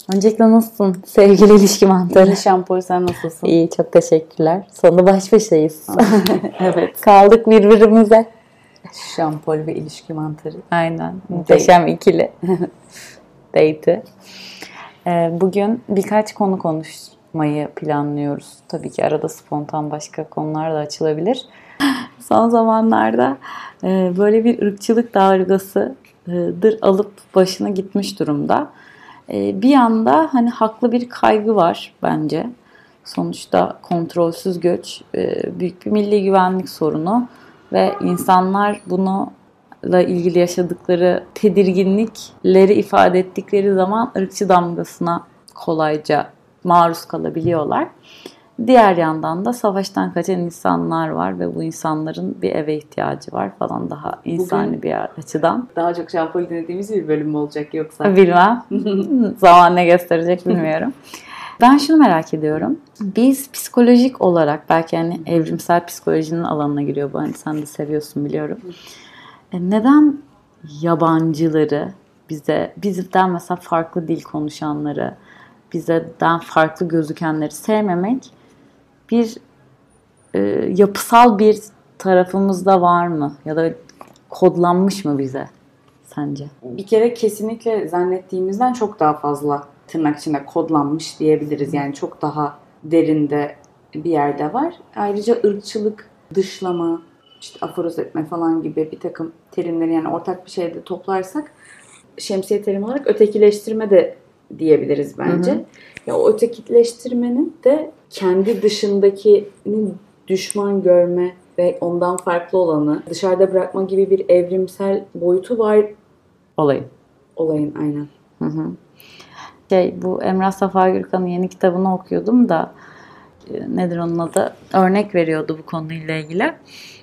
Öncelikle nasılsın sevgili ilişki mantarı? İyi Şampol, sen nasılsın? İyi, çok teşekkürler. Sonunda baş başayız. Evet. Kaldık birbirimize. Şampol ve ilişki mantarı. Aynen. Muhteşem ikili. Date'i. Bugün birkaç konu konuşmayı planlıyoruz. Tabii ki arada spontan başka konular da açılabilir. Son zamanlarda böyle bir ırkçılık dalgasıdır alıp başına gitmiş durumda. Bir yanda hani haklı bir kaygı var bence. Sonuçta kontrolsüz göç büyük bir milli güvenlik sorunu ve insanlar bununla ilgili yaşadıkları tedirginlikleri ifade ettikleri zaman ırkçı damgasına kolayca maruz kalabiliyorlar. Diğer yandan da savaştan kaçan insanlar var ve bu insanların bir eve ihtiyacı var falan, daha insani Bugün bir açıdan. daha çok Şampol dinlediğimiz bir bölüm mü olacak yoksa? Bilmem. Zaman ne gösterecek bilmiyorum. Ben şunu merak ediyorum. Biz psikolojik olarak, belki hani evrimsel psikolojinin alanına giriyor bu. Hani sen de seviyorsun biliyorum. Neden yabancıları, bizden mesela farklı dil konuşanları, bizden farklı gözükenleri sevmemek bir yapısal bir tarafımızda var mı? Ya da kodlanmış mı bize sence? Bir kere kesinlikle zannettiğimizden çok daha fazla tırnak içinde kodlanmış diyebiliriz. Yani çok daha derinde bir yerde var. Ayrıca ırkçılık, dışlama, işte aforoz etme falan gibi bir takım terimleri yani ortak bir şeyde toplarsak şemsiye terim olarak ötekileştirme de diyebiliriz bence. Hı hı. Ya o ötekileştirmenin de kendi dışındakini düşman görme ve ondan farklı olanı dışarıda bırakma gibi bir evrimsel boyutu var. Olayın aynen. Hı hı. Bu Emrah Safa Gürkan'ın yeni kitabını okuyordum da nedir onun adı? Örnek veriyordu bu konuyla ilgili.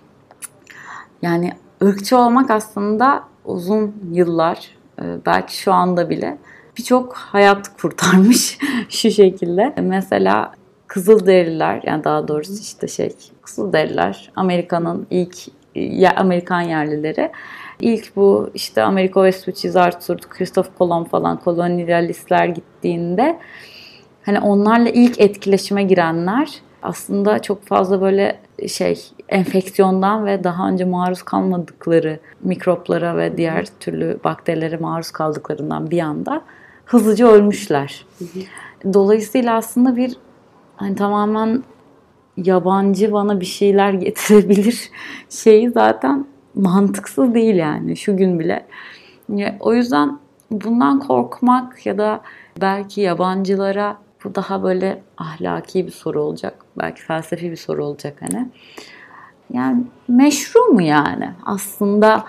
Yani ırkçı olmak aslında uzun yıllar, belki şu anda bile birçok hayat kurtarmış şu şekilde. Mesela Kızılderililer, yani daha doğrusu işte Kızılderililer Amerika'nın Amerikan yerlileri. İlk bu işte Amerigo Vespucci, Arthur, Christoph Kolomb falan kolonyalistler gittiğinde hani onlarla ilk etkileşime girenler aslında çok fazla böyle enfeksiyondan ve daha önce maruz kalmadıkları mikroplara ve diğer türlü bakterilere maruz kaldıklarından bir anda hızlıca ölmüşler. Dolayısıyla aslında bir hani tamamen yabancı bana bir şeyler getirebilir şeyi zaten mantıksız değil yani şu gün bile. O yüzden bundan korkmak ya da belki yabancılara, bu daha böyle ahlaki bir soru olacak. Belki felsefi bir soru olacak hani. Yani meşru mu yani? Aslında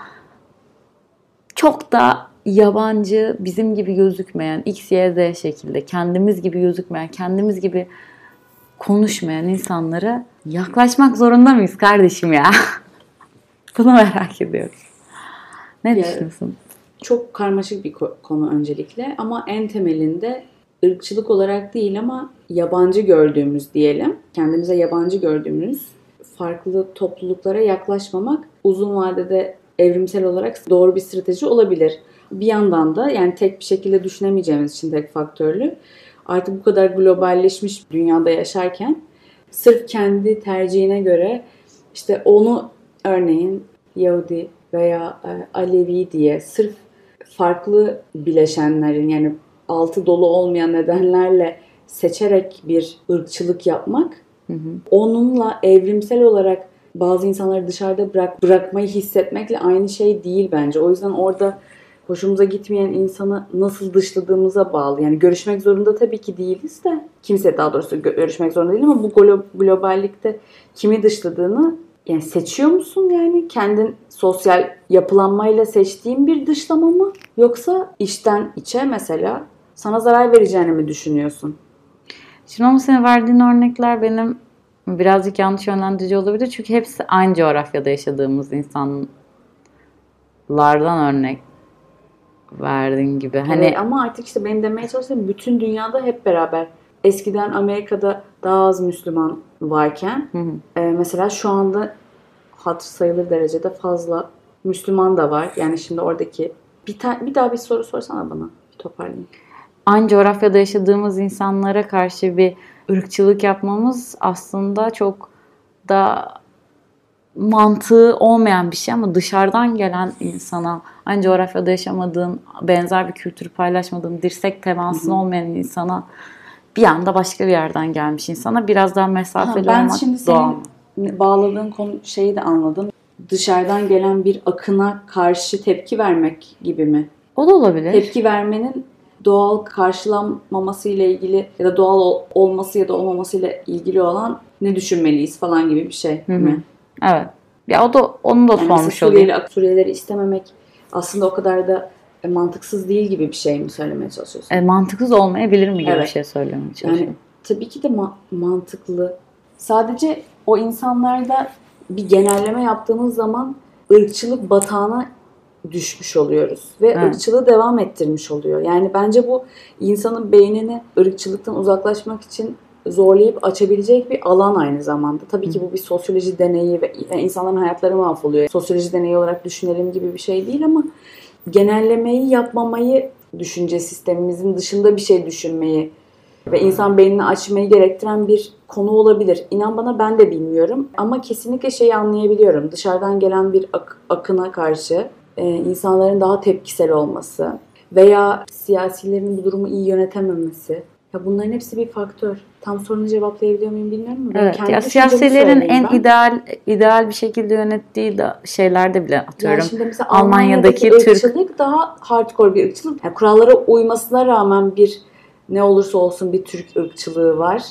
çok da yabancı, bizim gibi gözükmeyen, X, Y, Z şekilde kendimiz gibi gözükmeyen, kendimiz gibi konuşmayan insanlara yaklaşmak zorunda mıyız kardeşim ya? Bunu merak ediyorum. Ne düşünüyorsun? Çok karmaşık bir konu öncelikle ama en temelinde ırkçılık olarak değil ama yabancı gördüğümüz diyelim. Kendimize yabancı gördüğümüz farklı topluluklara yaklaşmamak uzun vadede evrimsel olarak doğru bir strateji olabilir. Bir yandan da yani tek bir şekilde düşünemeyeceğimiz için tek faktörlü artık bu kadar globalleşmiş dünyada yaşarken sırf kendi tercihine göre işte onu örneğin Yahudi veya Alevi diye sırf farklı bileşenlerin yani altı dolu olmayan nedenlerle seçerek bir ırkçılık yapmak, onunla evrimsel olarak bazı insanları dışarıda bırakmayı hissetmekle aynı şey değil bence. O yüzden orada hoşumuza gitmeyen insanı nasıl dışladığımıza bağlı. Yani görüşmek zorunda tabii ki değiliz de, kimse daha doğrusu görüşmek zorunda değil ama bu globallikte kimi dışladığını yani seçiyor musun yani? Kendin sosyal yapılanmayla seçtiğin bir dışlama mı? Yoksa içten içe mesela sana zarar vereceğini mi düşünüyorsun? Şimdi ama senin verdiğin örnekler benim birazcık yanlış yönlendirici olabilir. Çünkü hepsi aynı coğrafyada yaşadığımız insanlardan örnek verdiğin gibi. Hani evet, ama artık işte benim demeye çalıştığım bütün dünyada hep beraber. Eskiden Amerika'da daha az Müslüman varken mesela şu anda hatır sayılır derecede fazla Müslüman da var. Yani şimdi oradaki bir daha bir soru sorsana bana. Bir toparlayayım. aynı coğrafyada yaşadığımız insanlara karşı bir ırkçılık yapmamız aslında çok da mantığı olmayan bir şey ama dışarıdan gelen insana, aynı coğrafyada yaşamadığın, benzer bir kültürü paylaşmadığın, dirsek temasın olmayan insana, bir anda başka bir yerden gelmiş insana biraz daha mesafeli Ben olmak şimdi doğal. senin bağladığın konu şeyi de anladım. Dışarıdan gelen bir akına karşı tepki vermek gibi mi? O da olabilir. Tepki vermenin doğal karşılanmaması ile ilgili ya da doğal olması ya da olmaması ile ilgili olan ne düşünmeliyiz falan gibi bir şey mi? Evet. Ya onu da sormuş olayım. Suriyelileri istememek aslında o kadar da mantıksız değil gibi bir şey mi söylemeye çalışıyorsun? Mantıksız olmayabilir mi gibi Evet. bir şey söylemeye çalışıyorum. Yani tabii ki de mantıklı. Sadece o insanlarda bir genelleme yaptığımız zaman ırkçılık batağına düşmüş oluyoruz. Ve ırkçılığı devam ettirmiş oluyor. Yani bence bu insanın beynini ırkçılıktan uzaklaşmak için zorlayıp açabilecek bir alan aynı zamanda. Tabii ki bu bir sosyoloji deneyi ve insanların hayatları mahvoluyor. Sosyoloji deneyi olarak düşünelim gibi bir şey değil ama genellemeyi yapmamayı, düşünce sistemimizin dışında bir şey düşünmeyi ve insan beynini açmayı gerektiren bir konu olabilir. İnan bana ben de bilmiyorum ama kesinlikle şeyi anlayabiliyorum. Dışarıdan gelen bir akına karşı insanların daha tepkisel olması veya siyasilerin bu durumu iyi yönetememesi. Ya bunların hepsi bir faktör. Tam sorunu cevaplayabiliyor muyum bilmiyorum ama evet, ya siyasilerin en ideal bir şekilde yönettiği de şeylerde bile atıyorum. Yani şimdi mesela Almanya'daki ırkçılık daha hardcore bir ırkçılık. Yani kurallara uymasına rağmen ne olursa olsun bir Türk ırkçılığı var.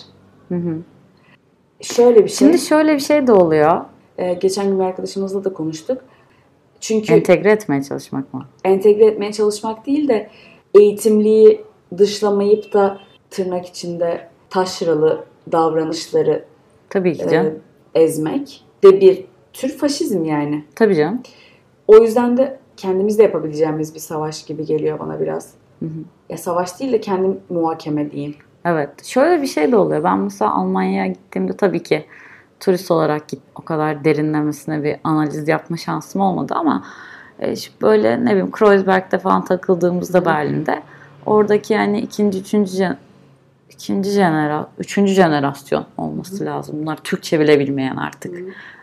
Şöyle bir şey. Şimdi şöyle bir şey de oluyor. Geçen gün bir arkadaşımızla da konuştuk. Çünkü entegre etmeye çalışmak mı? Entegre etmeye çalışmak değil de eğitimliği dışlamayıp da tırnak içinde taşralı davranışları tabii ki canım. Ezmek de bir tür faşizm yani. Tabii canım. O yüzden de kendimiz de yapabileceğimiz bir savaş gibi geliyor bana biraz. Ya savaş değil de kendim muhakeme diyeyim. Evet. Şöyle bir şey de oluyor. Ben mesela Almanya'ya gittiğimde tabii ki turist olarak o kadar derinlemesine bir analiz yapma şansım olmadı ama böyle ne bileyim Kreuzberg'de falan takıldığımızda Berlin'de oradaki yani üçüncü jenerasyon olması lazım. Bunlar Türkçe bile bilmeyen artık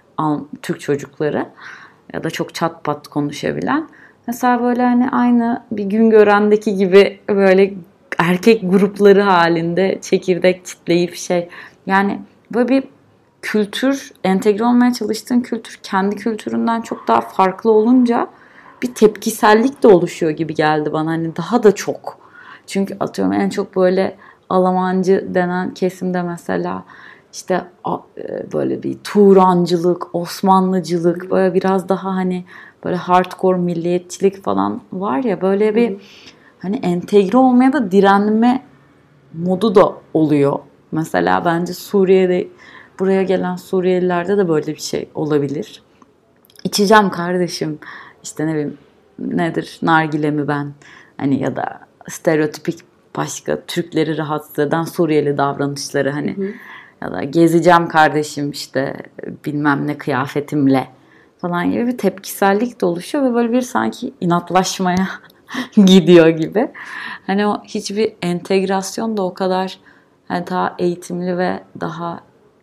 Türk çocukları ya da çok çat pat konuşabilen. Mesela böyle hani aynı bir Güngören'deki gibi böyle erkek grupları halinde çekirdek çitleyip yani böyle bir kültür, entegre olmaya çalıştığın kültür kendi kültüründen çok daha farklı olunca bir tepkisellik de oluşuyor gibi geldi bana. Hani daha da çok. Çünkü atıyorum en çok böyle Almancı denen kesimde mesela işte böyle bir Turancılık, Osmanlıcılık, böyle biraz daha hani böyle hardcore milliyetçilik falan var ya, böyle bir hani entegre olmaya da direnme modu da oluyor. Mesela bence Suriye'de buraya gelen Suriyelilerde de böyle bir şey olabilir. İçeceğim kardeşim, işte ne bileyim nedir, nargile mi ben, hani ya da stereotipik başka Türkleri rahatsız eden Suriyeli davranışları hani ya da gezeceğim kardeşim işte bilmem ne kıyafetimle falan gibi bir tepkisellik de oluşuyor ve böyle bir sanki inatlaşmaya gidiyor gibi. Hani o hiçbir entegrasyon da o kadar hani daha eğitimli ve daha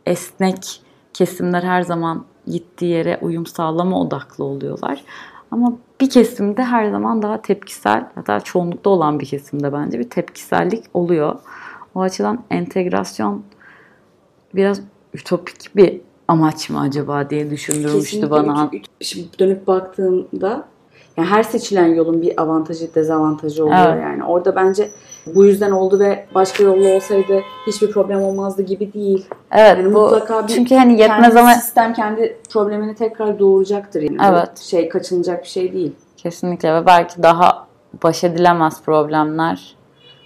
esnek kesimler her zaman gittiği yere uyum sağlama odaklı oluyorlar. Ama bir kesimde her zaman daha tepkisel, hatta çoğunlukta olan bir kesimde bence bir tepkisellik oluyor. O açıdan entegrasyon biraz ütopik bir amaç mı acaba diye düşündürmüştü bana. Şimdi dönüp baktığımda yani her seçilen yolun bir avantajı, dezavantajı oluyor yani. Orada bence bu yüzden oldu ve başka yolla olsaydı hiçbir problem olmazdı gibi değil. Evet, yani mutlaka çünkü hani yetmez ama sistem kendi problemini tekrar doğuracaktır yani. Evet. Kaçınılacak bir şey değil. Kesinlikle ve belki daha baş edilemez problemler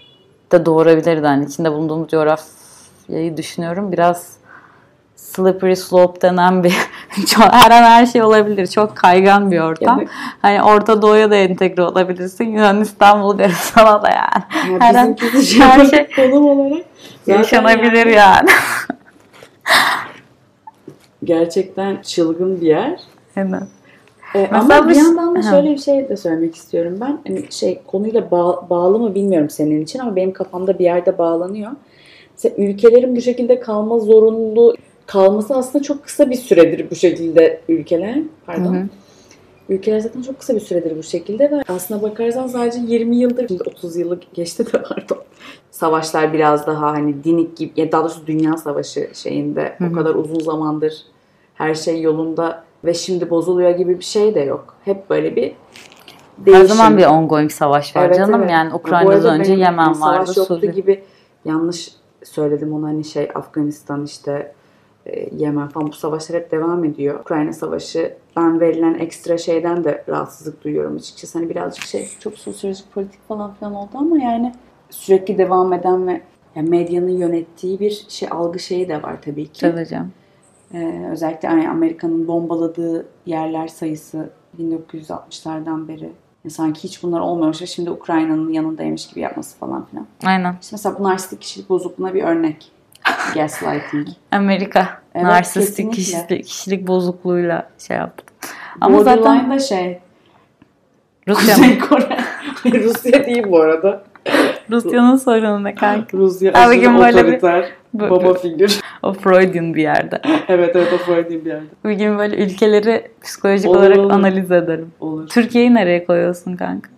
de doğurabilirdi. Yani içinde bulunduğumuz coğrafyayı düşünüyorum. Biraz slippery slope denen bir her an her şey olabilir. Çok kaygan bir ortam. Hani Orta Doğu'ya da entegre olabilirsin. Yunanistan, Bulgaristan'a da yani. Her an her şey konum olarak yaşanabilir yani. Gerçekten çılgın bir yer. Evet. Ama bir yandan da şöyle bir şey de söylemek istiyorum ben. Hani konuyla bağlı mı bilmiyorum senin için ama benim kafamda bir yerde bağlanıyor. Mesela ülkelerin bu şekilde kalma zorunluluğu kalması aslında çok kısa bir süredir bu şekilde ülkeler. Pardon. Hı hı. Ülkeler zaten çok kısa bir süredir bu şekilde ve aslına bakarsan sadece 20 yıldır, şimdi 30 yılı geçti de pardon. Savaşlar biraz daha hani dinik gibi, ya daha doğrusu dünya savaşı şeyinde o kadar uzun zamandır her şey yolunda ve şimdi bozuluyor gibi bir şey de yok. Hep böyle bir değişim. Her zaman bir ongoing savaş var canım. Evet. Yani Ukrayna'dan önce Yemen vardı. Savaş yoktu gibi yanlış söyledim onu, hani Afganistan işte Yemen falan, bu savaşlar hep devam ediyor. Ukrayna savaşı, ben verilen ekstra şeyden de rahatsızlık duyuyorum açıkçası. Hani birazcık çok sosyolojik politik falan filan oldu ama yani sürekli devam eden ve yani medyanın yönettiği bir algı şeyi de var tabii ki. Tabii canım. Özellikle hani Amerika'nın bombaladığı yerler sayısı 1960'lardan beri sanki hiç bunlar olmamış ve şimdi Ukrayna'nın yanındaymış gibi yapması falan filan. Aynen. İşte mesela bu narsistik kişilik bozukluğuna bir örnek. Gaslighting. Amerika. Evet, narsistik kişilik bozukluğuyla yaptı. Ama zaten da Rusya Kuzey Kore. Rusya değil bu arada. Rusya'nın sorunu ne kanka? Rusya aşırı otoriter baba figür. O Freudian bir yerde. Evet o Freudian bir yerde. Bugün böyle ülkeleri psikolojik olarak analiz edelim. Olur. Türkiye'yi nereye koyuyorsun kanka?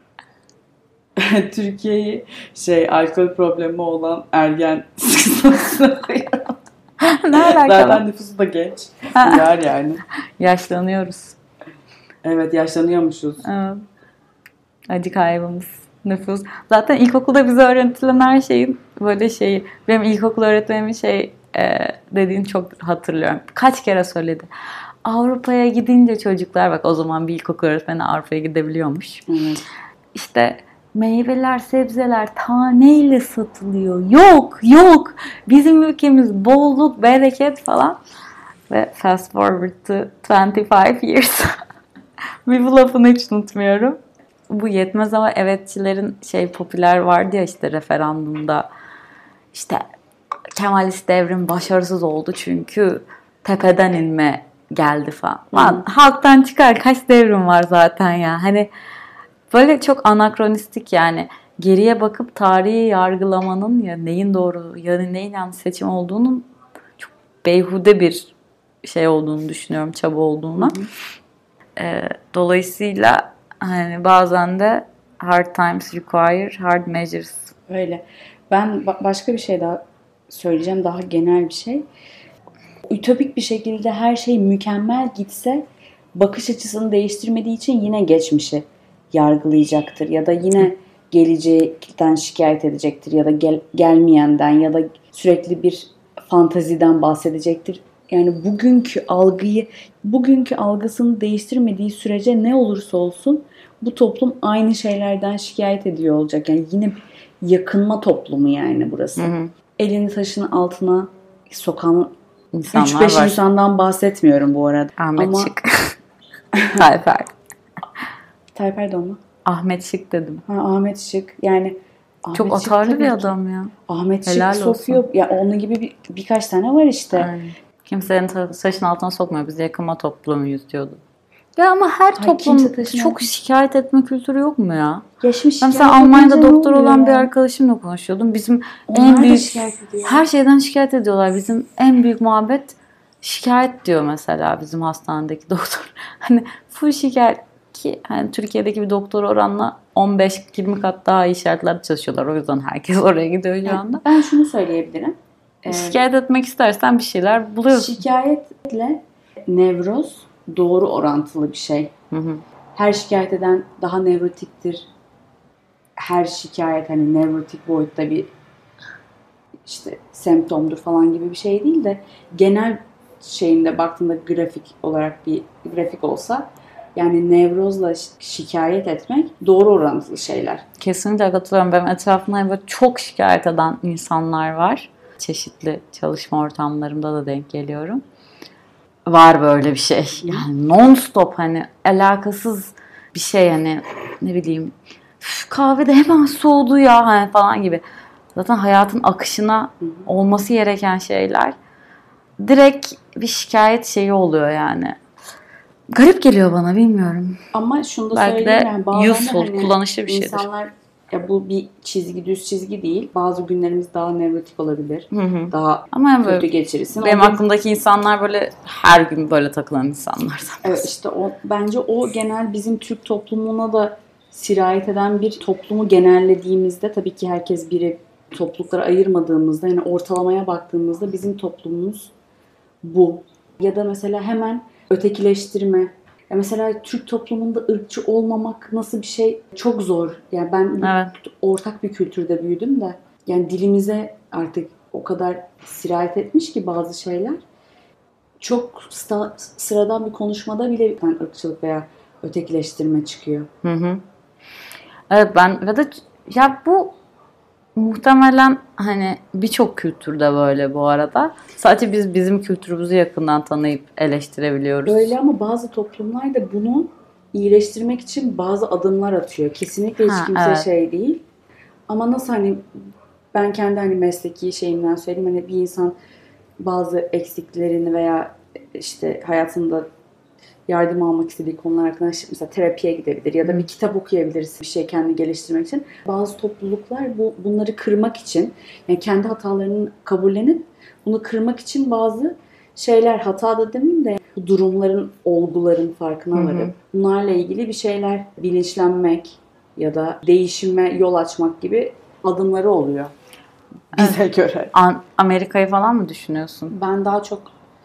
Türkiye'yi alkol problemi olan ergen sınıfına koyuyorum. Ne alakalı? Zaten nüfusu da genç. Güzel yani. Yaşlanıyoruz. Evet, yaşlanıyormuşuz. Evet. Acı kaybımız. Nüfus. Zaten ilkokulda bize öğretilen her şeyin böyle benim ilkokul öğretmenimin dediğini çok hatırlıyorum. Kaç kere söyledi. Avrupa'ya gidince çocuklar, bak o zaman bir ilkokul öğretmeni Avrupa'ya gidebiliyormuş. Evet. İşte meyveler, sebzeler taneyle satılıyor. Yok. Bizim ülkemiz bolluk, bereket falan. Ve fast forward to 25 years. Bir bu lafını hiç unutmuyorum. Bu yetmez ama evetçilerin popüler vardı ya referandumda. İşte Kemalist devrim başarısız oldu çünkü tepeden inme geldi falan. Lan, halktan çıkar kaç devrim var zaten ya. Hani böyle çok anakronistik yani. Geriye bakıp tarihi yargılamanın ya neyin doğru ya neyin yanlış seçim olduğunun çok beyhude bir olduğunu düşünüyorum, çaba olduğuna. Dolayısıyla hani bazen de hard times require hard measures. Öyle. Ben başka bir şey daha söyleyeceğim, daha genel bir şey. Ütopik bir şekilde her şey mükemmel gitse bakış açısını değiştirmediği için yine geçmişi yargılayacaktır ya da yine gelecekten şikayet edecektir ya da gelmeyenden ya da sürekli bir fantaziden bahsedecektir. Yani bugünkü algısını değiştirmediği sürece ne olursa olsun bu toplum aynı şeylerden şikayet ediyor olacak. Yani yine yakınma toplumu yani burası. Hı. Elini taşın altına sokan 3-5 insandan bahsetmiyorum bu arada. Ahmet Şık. Tayfer. Tayfer Erdoğan mı? Ahmet Şık dedim. Ahmet Şık. Yani çok atarlı bir adam ya. Ahmet Şık, Sofya. Ya onun gibi birkaç tane var işte. Aynen. Kimsenin saçın altına sokmuyor. Biz yakınma toplumuyuz diyordu. Ya ama her toplum çok şikayet etme kültürü yok mu ya? Mesela Almanya'da doktor olan bir arkadaşımla konuşuyordum. Bizim en büyük her şeyden şikayet ediyorlar. Bizim en büyük muhabbet şikayet diyor mesela bizim hastanedeki doktor. Hani full şikayet ki hani Türkiye'deki bir doktor oranla 15-20 kat daha iyi şartlarda çalışıyorlar. O yüzden herkes oraya gidiyor şu anda. Ben şunu söyleyebilirim. Şikayet etmek istersen bir şeyler buluyorsun. Şikayetle nevroz doğru orantılı bir şey. Hı. Her şikayet eden daha nevrotiktir. Her şikayet hani nevrotik boyutta bir semptomdur falan gibi bir şey değil de genel şeyinde baktığında grafik olarak bir grafik olsa yani nevrozla şikayet etmek doğru orantılı şeyler. Kesinlikle katılıyorum. Benim etrafımda böyle çok şikayet eden insanlar var. Çeşitli çalışma ortamlarımda da denk geliyorum. Var böyle bir şey. Yani non-stop hani alakasız bir şey hani ne bileyim kahvede hemen soğudu ya hani falan gibi. Zaten hayatın akışına olması gereken şeyler direkt bir şikayet şeyi oluyor yani. garip geliyor bana, bilmiyorum. Ama şunu da Belki söyleyeyim, de yani bazen useful, hani kullanışlı bir şeydir. insanlar, ya bu bir çizgi, düz çizgi değil. Bazı günlerimiz daha nevrotik olabilir. Daha Ama yani kötü böyle, geçirirsin. benim O gün- aklımdaki insanlar böyle her gün böyle takılan insanlardan. Evet, işte o bence o genel bizim Türk toplumuna da sirayet eden bir toplumu genellediğimizde, tabii ki herkes biri, topluluklara ayırmadığımızda, yani ortalamaya baktığımızda bizim toplumumuz bu. Ya da mesela hemen ötekileştirme. Ya mesela Türk toplumunda ırkçı olmamak nasıl bir şey? Çok zor. Yani ben Evet. ortak bir kültürde büyüdüm de, yani dilimize artık o kadar sirayet etmiş ki bazı şeyler. Çok sıradan bir konuşmada bile ırkçılık veya ötekileştirme çıkıyor. Evet, ben ve de ya bu muhtemelen hani birçok kültürde böyle bu arada. Sadece biz bizim kültürümüzü yakından tanıyıp eleştirebiliyoruz. Öyle, ama bazı toplumlar da bunu iyileştirmek için bazı adımlar atıyor. Kesinlikle hiç kimse evet. şey değil. Ama nasıl, hani ben kendi hani mesleki şeyimden söyleyeyim, hani bir insan bazı eksiklerini veya işte hayatında yardım almak istediği konular hakkında mesela terapiye gidebilir ya da bir kitap okuyabiliriz bir şey kendini geliştirmek için. Bazı topluluklar bunları kırmak için, yani kendi hatalarını kabullenip bunu kırmak için bazı şeyler, hata da demeyeyim de bu durumların, olguların farkına varıp bunlarla ilgili bir şeyler bilinçlenmek ya da değişime yol açmak gibi adımları oluyor bize göre. Amerika'yı falan mı düşünüyorsun? Ben daha çok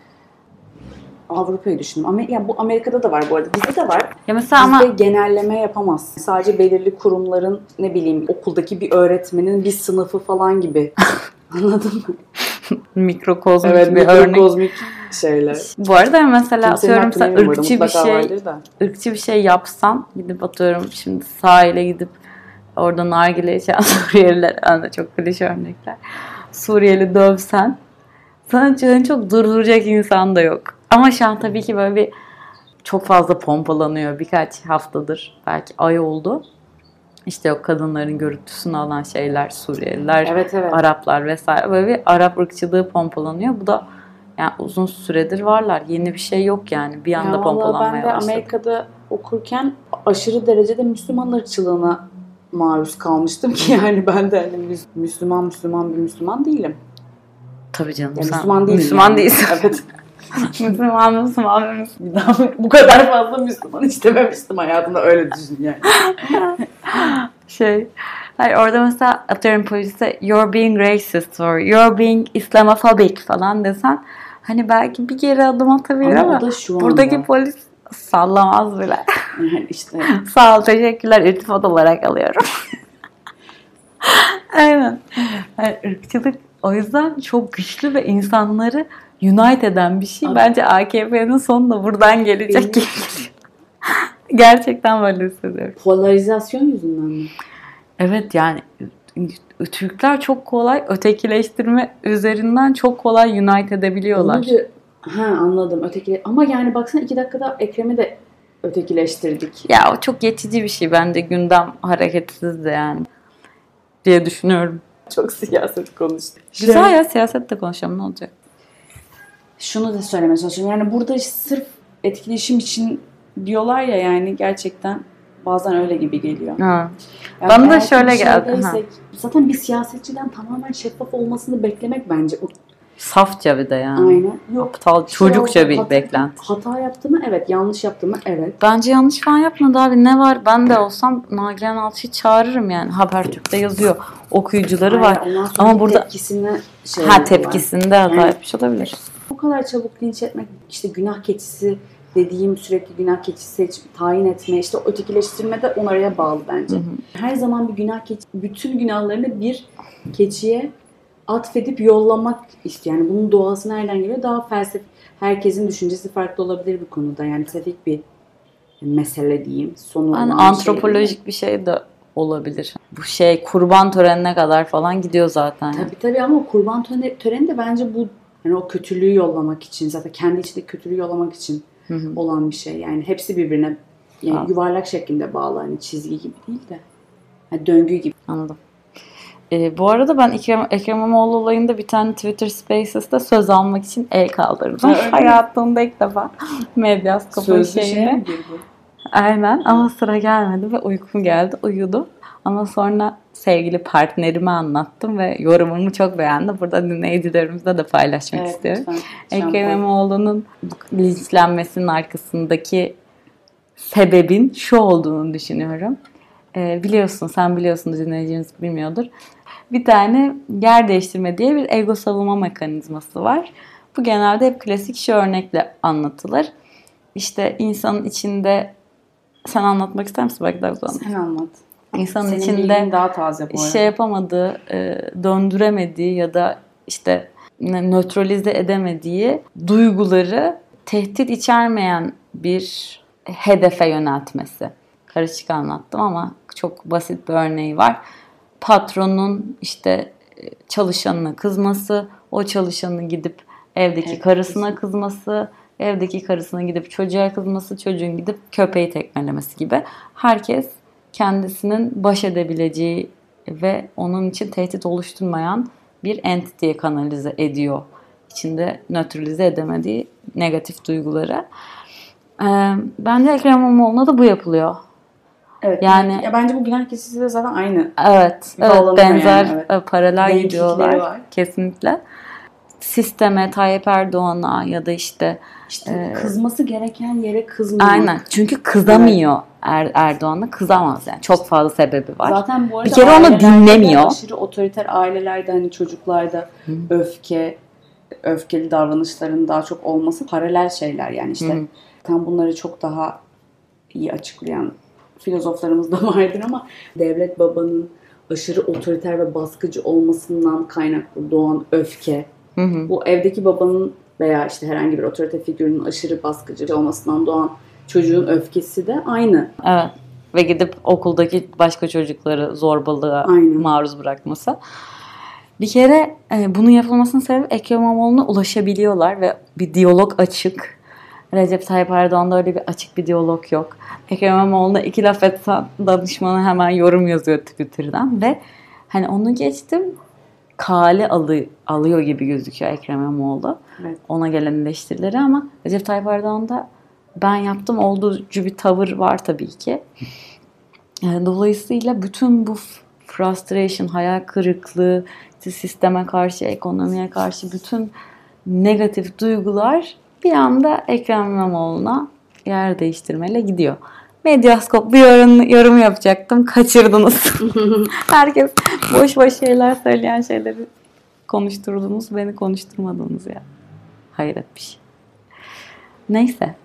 Avrupa'yı düşündüm. Yani bu Amerika'da da var bu arada. Bizde de var. Ya mesela Bizde ama genelleme yapamazsın. Sadece belirli kurumların, ne bileyim, okuldaki bir öğretmenin bir sınıfı falan gibi. Anladın mı? mikrokozmik Evet, bir örnek. mikrokozmik şeyler. Bu arada mesela Kimsenin atıyorum hakkını sen yemiyorum burada, ırkçı bir mutlaka şey vardır da. ırkçı bir şey yapsan, gidip atıyorum şimdi sahile gidip orada nargile içen Suriyeliler, yani çok klişe örnekler, Suriyeli dövsen sana canını çok durduracak insan da yok. Ama şu an tabii ki böyle bir çok fazla pompalanıyor, birkaç haftadır, belki ay oldu. İşte o kadınların görüntüsünü alan şeyler, Suriyeliler, Evet. Araplar vesaire, böyle bir Arap ırkçılığı pompalanıyor. Bu da yani uzun süredir varlar. Yeni bir şey yok yani. Bir anda Ya valla ben pompalanmaya de başladı. Amerika'da okurken aşırı derecede Müslüman ırkçılığına maruz kalmıştım ki yani ben de hani Müslüman bir Müslüman değilim. Tabii canım. Ya Sen Müslüman değilim Müslüman yani. değilsin. Evet. Müslüman. Bir daha bu kadar fazla Müslüman istememiştim hayatımda, öyle düşün yani. Hayır, orada mesela atıyorum polise "you're being racist" or "you're being Islamophobic" falan desen hani belki bir geri adım atabilir ama o da şu buradaki anda. polis sallamaz bile. Yani işte Sağ ol, teşekkürler, iltifat olarak alıyorum. Aynen. Yani ırkçılık o yüzden çok güçlü ve insanları unite eden bir şey. Abi, bence AKP'nin sonu da buradan gelecek gibi. Gerçekten böyle hissediyorum. polarizasyon yüzünden mi? Evet, yani Türkler çok kolay ötekileştirme üzerinden çok kolay unite edebiliyorlar. Anladım. Ama yani baksana 2 dakikada Ekrem'i de ötekileştirdik. Ya o çok geçici bir şey bence, gündem hareketsiz de yani diye düşünüyorum. Çok siyaset konuştuk. Güzel ya, siyaset de konuşalım, ne olacak? Şunu da söylemeye çalışıyorum. Yani burada sırf etkileşim için diyorlar ya, yani gerçekten bazen öyle gibi geliyor. Ha. Yani Bana da eğer ki şöyle bir geldi. şeydeysek, zaten bir siyasetçiden tamamen şeffaf olmasını beklemek bence. Safça bir de yani. Aynen. Yok. Aptal, çocukça bir beklenti. Hata yaptı mı? Evet. Yanlış yaptı mı? Evet. Bence yanlış falan yapmadı abi. Ne var? Ben de olsam Nagihan Alçı'yı çağırırım yani. Habertürk'te yazıyor. Okuyucuları var. Ama burada tepkisinde hata yapmış olabilir. Bu kadar çabuk linç etmek, işte günah keçisi dediğim, sürekli günah keçisi tayin etme, işte ötekileştirme de onaraya bağlı bence. Her zaman bir günah keçisi, bütün günahlarını bir keçiye atfedip yollamak istiyor. Yani bunun doğası nereden geliyor? Daha felsefi. Herkesin düşüncesi farklı olabilir bu konuda. Yani felsefik bir mesele diyeyim. Sonu olan antropolojik bir şey de olabilir. Bu kurban törenine kadar falan gidiyor zaten. Tabii ama o kurban töreni de bence bu, yani o kötülüğü yollamak için, zaten kendi içindeki kötülüğü yollamak için olan bir şey. Yani hepsi birbirine yuvarlak şeklinde bağlı. Hani çizgi gibi değil de. Yani döngü gibi. Anladım. Bu arada ben Ekrem İmamoğlu olayında bir tane Twitter Spaces'te söz almak için el kaldırdım. Hayatımda ilk defa Medyaskop'un şeyine. Aynen ama sıra gelmedi ve uykum geldi. Uyudum. Ama sonra sevgili partnerime anlattım ve yorumumu çok beğendi. Burada dinleyicilerimizle de paylaşmak istiyorum. Ekrem İmamoğlu'nun linçlenmesinin arkasındaki sebebin şu olduğunu düşünüyorum. Sen biliyorsun, dinleyicimiz bilmiyordur. Bir tane yer değiştirme diye bir ego savunma mekanizması var. Bu genelde hep klasik şu örnekle anlatılır. İşte insanın içinde, sen anlatmak ister misin? Belki daha güzel anlat. Sen anlat. İnsanın senin içinde daha taze bu arada. Şey yapamadığı, döndüremediği ya da işte nötralize edemediği duyguları tehdit içermeyen bir hedefe yöneltmesi. Karışık anlattım ama çok basit bir örneği var. Patronun işte çalışanına kızması, o çalışanın gidip evdeki karısına kızması, evdeki karısına gidip çocuğa kızması, çocuğun gidip köpeği tekmelemesi gibi. Herkes kendisinin baş edebileceği ve onun için tehdit oluşturmayan bir entity'ye kanalize ediyor. İçinde nötralize edemediği negatif duyguları. Bence Ekrem İmamoğlu'na da bu yapılıyor. Evet. Yani ya bence bu günah keçisi de zaten aynı. Evet, benzer yani, evet. paralel gidiyorlar. Var. Kesinlikle. Sisteme, Tayyip Erdoğan'a ya da işte kızması gereken yere kızmıyor. Aynen. Çünkü kızamıyor. Erdoğan'a kızamaz yani. Çok fazla sebebi var. Zaten bu arada bir kere onu dinlemiyor. Aşırı otoriter ailelerde hani çocuklarda öfkeli davranışların daha çok olması paralel şeyler yani işte. Tam bunları çok daha iyi açıklayan filozoflarımız da vardır ama devlet babanın aşırı otoriter ve baskıcı olmasından kaynaklı doğan öfke, bu evdeki babanın veya işte herhangi bir otorite figürünün aşırı baskıcı olmasından doğan çocuğun öfkesi de aynı. Evet. Ve gidip okuldaki başka çocukları zorbalığa maruz bırakması. Bir kere bunun yapılmasının sebebi Ekrem İmamoğlu'na ulaşabiliyorlar ve bir diyalog açık. Recep Tayyip Erdoğan'da öyle bir açık bir diyalog yok. Ekrem İmamoğlu'na 2 laf etsen danışmanı hemen yorum yazıyor Twitter'dan ve hani onu geçtim kale alıyor gibi gözüküyor Ekrem İmamoğlu. Evet. Ona gelen eleştirileri ama Recep Tayyip Erdoğan'da ben yaptım olduğucu bir tavır var tabii ki. Dolayısıyla bütün bu frustration, hayal kırıklığı, sisteme karşı, ekonomiye karşı bütün negatif duygular bir anda Ekrem İmamoğlu'na yer değiştirmeyle gidiyor. Medyaskop bir yorum yapacaktım. Kaçırdınız. Herkes boş şeyler söyleyen şeyleri konuşturdunuz. Beni konuşturmadınız ya. Hayret bir şey. Neyse.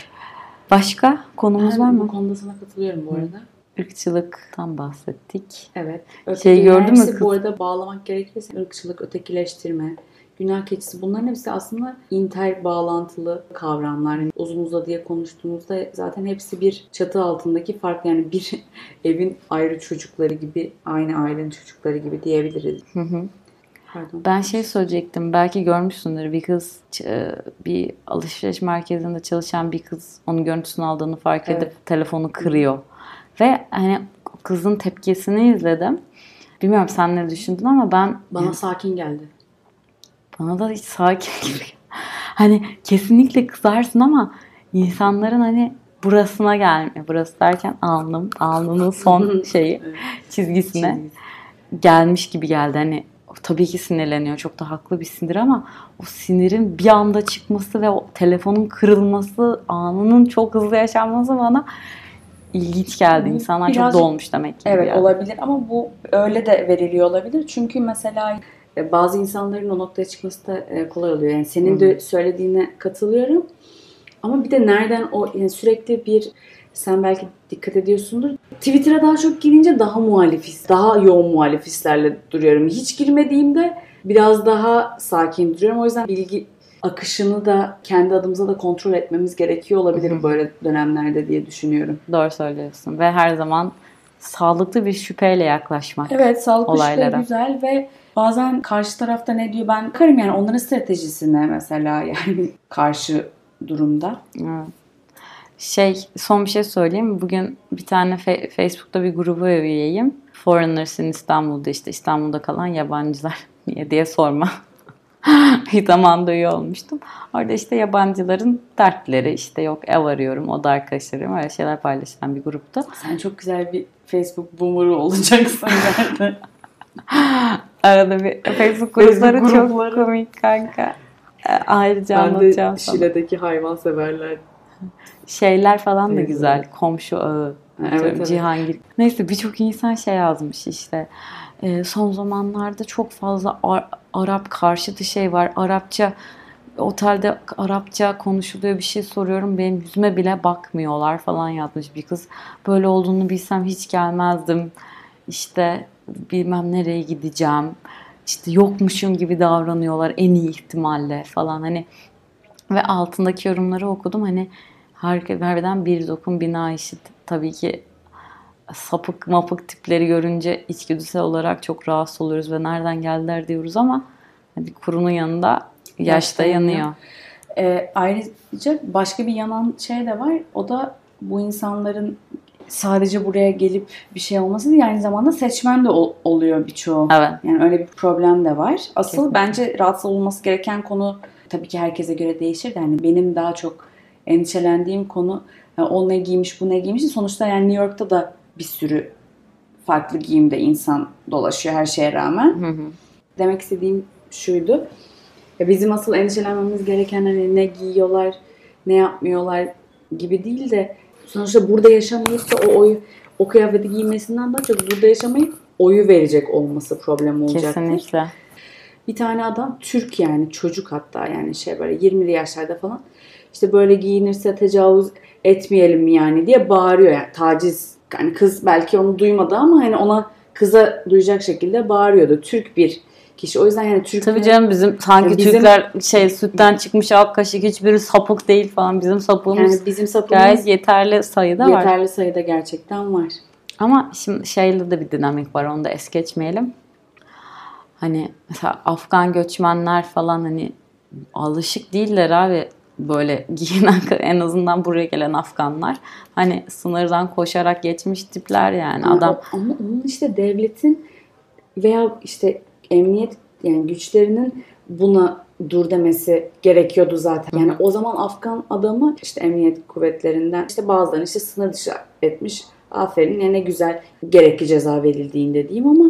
Başka konumuz var mı? Bu konuda sana katılıyorum bu arada. Irkçılıktan bahsettik. Evet. Gördün mü kız? Bu arada bağlamak gerekirse ırkçılık, ötekileştirme, günah keçisi bunların hepsi aslında inter bağlantılı kavramlar. Yani uzun uzadıya konuştuğumuzda zaten hepsi bir çatı altındaki farklı yani bir evin ayrı çocukları gibi, aynı ailenin çocukları gibi diyebiliriz. Pardon. Ben söyleyecektim. Belki görmüşsündür. Bir kız bir alışveriş merkezinde çalışan bir kız onun görüntüsünü aldığını fark edip telefonu kırıyor. Ve hani kızın tepkisini izledim. Bilmiyorum sen ne düşündün ama bana sakin geldi. Bana da hiç sakin gibi. Hani kesinlikle kızarsın ama insanların hani burasına gelmiyor. Burası derken alnının son çizgisine gelmiş gibi geldi. Hani tabii ki sinirleniyor. Çok da haklı bir sinir ama o sinirin bir anda çıkması ve o telefonun kırılması, anının çok hızlı yaşanması bana ilginç geldi. İnsanlar çok dolmuş demek ki. Evet olabilir ama bu öyle de veriliyor olabilir. Çünkü mesela bazı insanların o noktaya çıkması da kolay oluyor. Yani senin de söylediğine katılıyorum. Ama bir de nereden yani sürekli sen belki dikkat ediyorsundur. Twitter'a daha çok girince daha yoğun muhalif hislerle duruyorum. Hiç girmediğimde biraz daha sakin duruyorum. O yüzden bilgi akışını da kendi adımıza da kontrol etmemiz gerekiyor olabilir böyle dönemlerde diye düşünüyorum. Doğru söylüyorsun. Ve her zaman sağlıklı bir şüpheyle yaklaşmak. Evet, sağlıklı olaylara. Şüphe güzel ve bazen karşı tarafta ne diyor ben bakarım yani onların stratejisine mesela yani karşı durumda. Evet. Son bir şey söyleyeyim. Bugün bir tane Facebook'ta bir gruba üyeyim. Foreigners in İstanbul'da, işte İstanbul'da kalan yabancılar niye diye sorma. Bir zamanda üye olmuştum. Orada işte yabancıların dertleri, işte yok ev arıyorum, oda arkadaşlarım, öyle şeyler paylaşılan bir gruptu. Sen çok güzel bir Facebook boomer'ı olacaksın zaten. Arada bir Facebook grupları çok komik kanka. Ayrıca anlatacağım sana. Şile'deki hayvanseverler. Şeyler falan da güzel. Komşu ağı. Evet. Cihangir. Neyse birçok insan şey yazmış işte. Son zamanlarda çok fazla Arap karşıtı şey var. Arapça, otelde Arapça konuşuluyor, bir şey soruyorum, benim yüzüme bile bakmıyorlar falan yazmış bir kız. Böyle olduğunu bilsem hiç gelmezdim. İşte bilmem nereye gideceğim. İşte yokmuşum gibi davranıyorlar en iyi ihtimalle falan hani. Ve altındaki yorumları okudum. Hani harbiden bir dokun bina eşit. Tabii ki sapık mapık tipleri görünce içgüdüsel olarak çok rahatsız oluyoruz ve nereden geldiler diyoruz ama bir kurunun yanında yaş da yanıyor. Ayrıca başka bir yanan şey de var. O da bu insanların sadece buraya gelip bir şey olması değil, aynı zamanda seçmen de oluyor birçoğu. Evet. Yani öyle bir problem de var. Asıl Kesinlikle. bence rahatsız olması gereken konu, tabii ki herkese göre değişir de hani benim daha çok endişelendiğim konu, yani o ne giymiş bu ne giymiş. Sonuçta yani New York'ta da bir sürü farklı giyimde insan dolaşıyor her şeye rağmen. Hı hı. Demek istediğim şuydu. Ya bizim asıl endişelenmemiz gereken hani ne giyiyorlar, ne yapmıyorlar gibi değil de sonuçta burada yaşamayıp da o kıyafeti giymesinden daha çok burada yaşamayıp oyu verecek olması problem olacaktır. Kesinlikle. Bir tane adam Türk, yani çocuk, hatta yani böyle 20'li yaşlarda falan, işte böyle giyinirse tecavüz etmeyelim mi yani diye bağırıyor, yani taciz, yani kız belki onu duymadı ama hani ona, kıza duyacak şekilde bağırıyordu. Türk bir kişi. O yüzden yani Türk. Tabii canım, sanki Türkler sütten çıkmış ak kaşık, hiçbiri sapık değil falan. Bizim sapığımız, yani bizim sapığımız gayet yeterli sayıda var. Yeterli sayıda gerçekten var. Ama şimdi şeyle de bir dinamik var, onu da es geçmeyelim. Hani mesela Afgan göçmenler falan hani alışık değiller abi böyle giyinen, en azından buraya gelen Afganlar. Hani sınırdan koşarak geçmiş tipler yani adam. Ama onun işte devletin veya işte emniyet, yani güçlerinin buna dur demesi gerekiyordu zaten. Yani o zaman Afgan adamı işte emniyet kuvvetlerinden işte bazılarını işte sınır dışı etmiş. Aferin, yani ne güzel, gerekli ceza verildiğinde diyeyim ama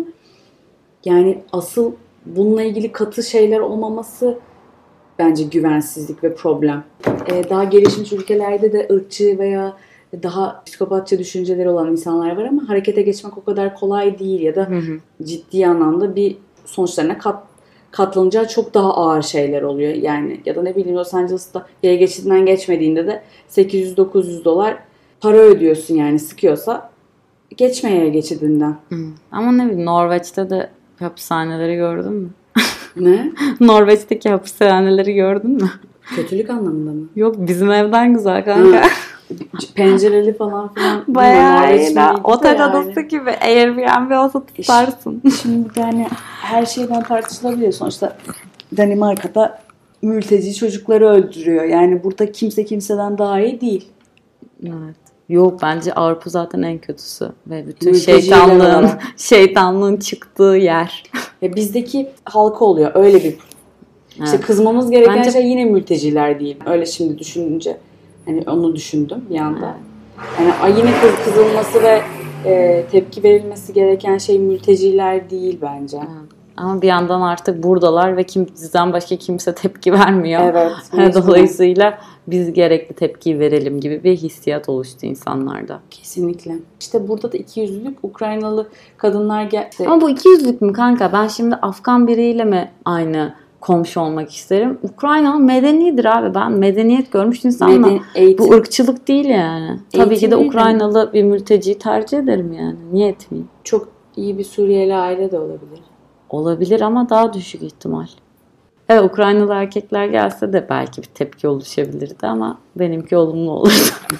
yani asıl bununla ilgili katı şeyler olmaması bence güvensizlik ve problem. Daha gelişmiş ülkelerde de ırkçı veya daha psikopatça düşünceleri olan insanlar var ama harekete geçmek o kadar kolay değil ya da ciddi anlamda bir sonuçlarına katlanacağı çok daha ağır şeyler oluyor. Yani ya da ne bileyim, Los Angeles'ta yaya geçidinden geçmediğinde de $800-900 para ödüyorsun, yani sıkıyorsa geçme yaya geçidinden. Ama ne bileyim, Norveç'te de hapishaneleri gördün mü? Ne? Norveç'teki hapishaneleri gördün mü? Kötülük anlamında mı? Yok, bizim evden güzel kanka. Pencereli falan filan. Bayağı iyi de otel odası gibi. Airbnb olsa tutarsın. Şimdi yani her şeyden tartışılabiliyor. Sonuçta Danimarka'da mülteci çocukları öldürüyor. Yani burada kimse kimseden daha iyi değil. Evet. Yok, bence Avrupa zaten en kötüsü. Ve bütün Mülteciler şeytanlığın çıktığı yer. Bizdeki halka oluyor öyle bir. İşte Evet. kızmamız gereken Bence şey yine mülteciler değil. Öyle şimdi düşününce. Hani onu düşündüm bir anda. Yani yine kızılması ve tepki verilmesi gereken şey mülteciler değil bence. Evet. Ama bir yandan artık buradalar ve bizden başka kimse tepki vermiyor. Evet. Dolayısıyla biz gerekli tepkiyi verelim gibi bir hissiyat oluştu insanlarda. Kesinlikle. İşte burada da ikiyüzlülük, Ukraynalı kadınlar geldi. Ama bu ikiyüzlülük mü kanka? Ben şimdi Afgan biriyle mi aynı komşu olmak isterim? Ukrayna medenidir abi. Ben medeniyet görmüş insanla. Bu ırkçılık değil yani. Tabii ki de Ukraynalı bir mülteciyi tercih ederim yani. Niye etmeyeyim? Çok iyi bir Suriyeli aile de olabilir. Olabilir ama daha düşük ihtimal. Evet, Ukraynalı erkekler gelse de belki bir tepki oluşabilirdi ama benimki olumlu olurdu.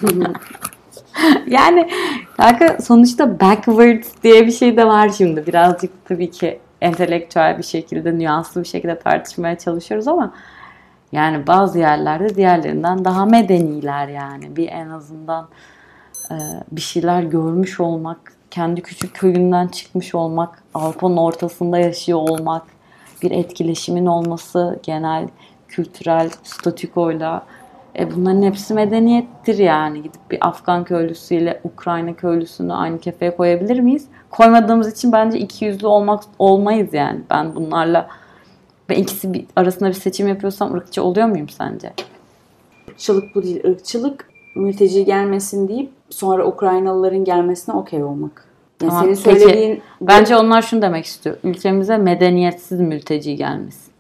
Yani kanka sonuçta backwards diye bir şey de var şimdi. Birazcık tabii ki entelektüel bir şekilde, nüanslı bir şekilde tartışmaya çalışıyoruz ama yani bazı yerlerde diğerlerinden daha medeniler yani. Bir en azından bir şeyler görmüş olmak kendi küçük köyünden çıkmış olmak, Avrupa'nın ortasında yaşıyor olmak, bir etkileşimin olması, genel kültürel statükoyla. Bunların hepsi medeniyettir yani. Gidip bir Afgan köylüsüyle Ukrayna köylüsünü aynı kefeye koyabilir miyiz? Koymadığımız için bence ikiyüzlü olmayız yani. Ben bunlarla ve ikisi arasında bir seçim yapıyorsam ırkçı oluyor muyum sence? Irkçılık bu değil. Irkçılık mülteci gelmesin deyip sonra Ukraynalıların gelmesine okey olmak. Yani Tamam, senin söylediğin... peki, bence onlar şunu demek istiyor. Ülkemize medeniyetsiz mülteci gelmesin.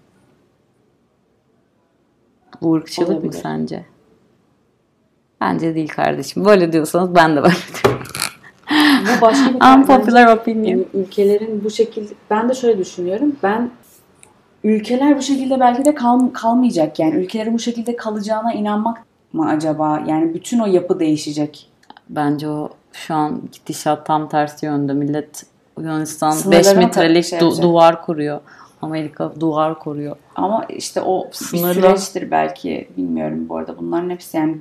Bu ırkçılık mı Olabilir. sence? Bence değil kardeşim. Böyle diyorsanız ben de böyle diyorum. Bu başka bir Unpopular opinion. Yani ülkelerin bu şekilde... Ben de şöyle düşünüyorum. Ülkeler bu şekilde belki de kalmayacak yani. Ülkelerin bu şekilde kalacağına inanmak mı acaba? Yani bütün o yapı değişecek. Bence o şu an gidişat tam tersi yönde. Millet Yunanistan Sınırlara 5 metrelik yapacak. Duvar kuruyor. Amerika duvar kuruyor. Ama işte o bir süreçtir belki. Bilmiyorum bu arada. Bunların hepsi yani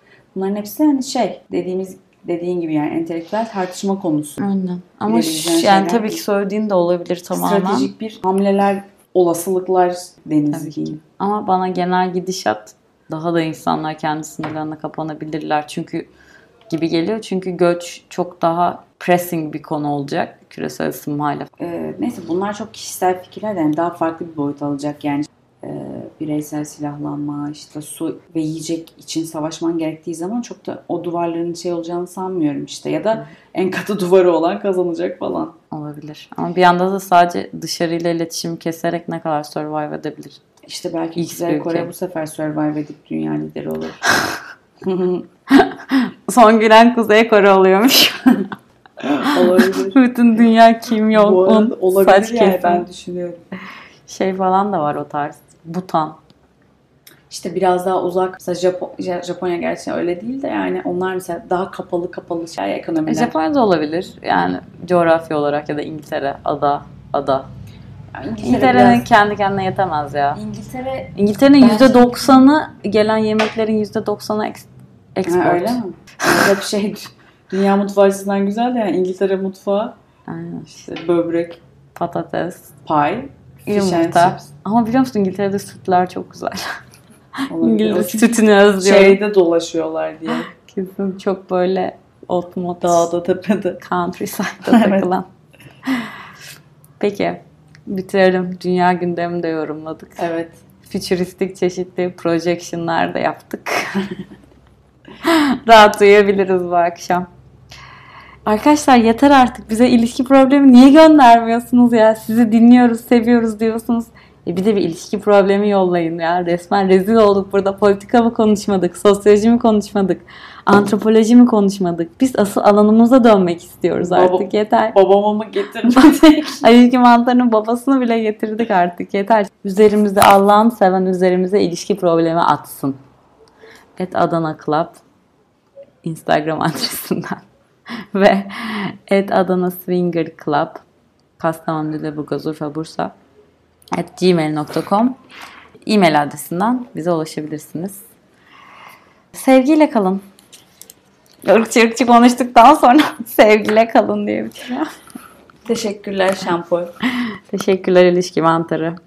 dediğin gibi yani entelektüel tartışma konusu. Aynen. Ama şeyler tabii ki değil. söylediğin de olabilir tamamen. Stratejik bir hamleler, olasılıklar denizi Tabii ki. diyeyim. Ama bana genel gidişat daha da insanlar kendi sınırlarına kapanabilirler. Gibi geliyor. Çünkü göç çok daha pressing bir konu olacak küresel ısınmayla. Neyse bunlar çok kişisel fikirler de yani daha farklı bir boyut alacak yani. Bireysel silahlanma, işte su ve yiyecek için savaşman gerektiği zaman çok da o duvarların olacağını sanmıyorum işte. Ya da en katı duvarı olan kazanacak falan. Olabilir. Ama bir yanda da sadece dışarıyla iletişim keserek ne kadar survive edebilir? İşte belki İlk Kuzey ülke. Kore bu sefer survive edip dünya lideri olur. Son giren Kuzey Kore oluyormuş. Olabilir. Bütün dünya Kim Bu arada Jong-un olabilir saç yani kesim. ben düşünüyorum. Falan da var o tarz. Bhutan. İşte biraz daha uzak. Mesela Japonya gerçekten öyle değil de yani onlar mesela daha kapalı ekonomiler. Japonya'da olabilir. Yani coğrafya olarak ya da İngiltere, ada. Yani İngiltere'nin kendi kendine yetemez ya. İngiltere'nin bence- %90'ı gelen yemeklerin %90'ı export. Ha, öyle mi? Hep dünya mutfağı açısından güzel de yani İngiltere mutfağı Aynen. işte böbrek, Patates, pie, fish and yumurta. chips. Ama biliyor musun İngiltere'de sütler çok güzel. Olabilir. İngiliz Çünkü sütünü özlüyorum. Şeyde dolaşıyorlar diye. Kesin çok böyle otomat Dağda tepede. countryside'da Evet. takılan. Peki bitirelim. Dünya gündemini de yorumladık. Evet. Fütüristik çeşitli projection'lar da yaptık. Rahat uyuyabiliriz bu akşam. Arkadaşlar yeter artık. Bize ilişki problemi niye göndermiyorsunuz ya? Sizi dinliyoruz, seviyoruz diyorsunuz. Bir de bir ilişki problemi yollayın ya. Resmen rezil olduk burada. Politika mı konuşmadık? Sosyoloji mi konuşmadık? Antropoloji mi konuşmadık? Biz asıl alanımıza dönmek istiyoruz artık. Yeter. Babamı mı getirmedik? Ayılki mantarının babasını bile getirdik artık. Yeter. Üzerimize Allah'ını seven üzerimize ilişki problemi atsın. @Adana Club Instagram adresinden ve @Adana Swinger Club Kastamonu, Lüleburgaz, Urfa, Bursa @gmail.com e-mail adresinden bize ulaşabilirsiniz. Sevgiyle kalın. Irkçı konuştuktan sonra sevgiyle kalın diye bitiriyor. Teşekkürler şampuan. Teşekkürler ilişki mantarı.